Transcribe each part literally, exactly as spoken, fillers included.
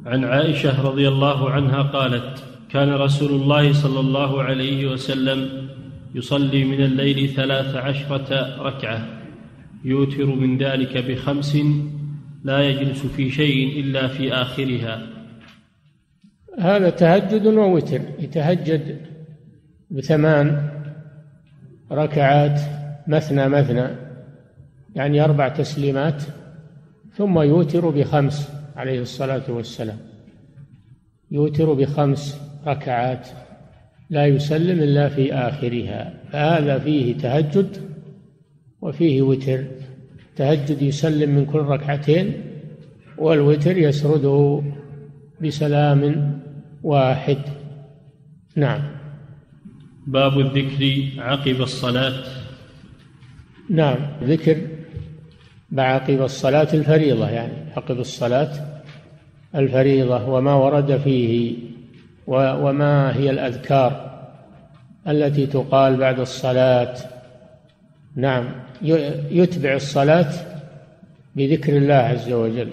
عن عائشة رضي الله عنها قالت: كان رسول الله صلى الله عليه وسلم يصلي من الليل ثلاث عشرة ركعة، يوتر من ذلك بخمس، لا يجلس في شيء إلا في آخرها. هذا تهجد ووتر، يتهجد بثمان ركعات مثنى مثنى، يعني أربع تسليمات، ثم يوتر بخمس عليه الصلاة والسلام، يوتر بخمس ركعات لا يسلم إلا في آخرها. فهذا فيه تهجد وفيه وتر. تهجد يسلم من كل ركعتين، والوتر يسرده بسلام واحد. نعم. باب الذكر عقب الصلاة. نعم، ذكر بعقب الصلاة الفريضة، يعني عقب الصلاة الفريضة، وما ورد فيه، وما هي الأذكار التي تقال بعد الصلاة. نعم، يتبع الصلاة بذكر الله عز وجل،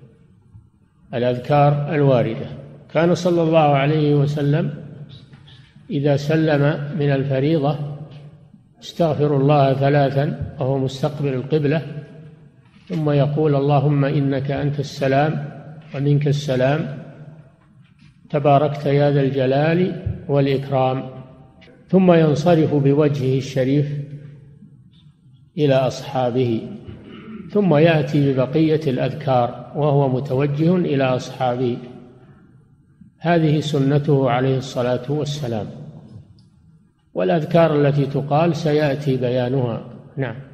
الأذكار الواردة. كان صلى الله عليه وسلم إذا سلم من الفريضة استغفر الله ثلاثا وهو مستقبل القبلة، ثم يقول: اللهم إنك أنت السلام ومنك السلام، تباركت يا ذا الجلال والإكرام، ثم ينصرف بوجهه الشريف إلى أصحابه، ثم يأتي ببقية الأذكار وهو متوجه إلى أصحابه. هذه سنته عليه الصلاة والسلام، والأذكار التي تقال سيأتي بيانها. نعم.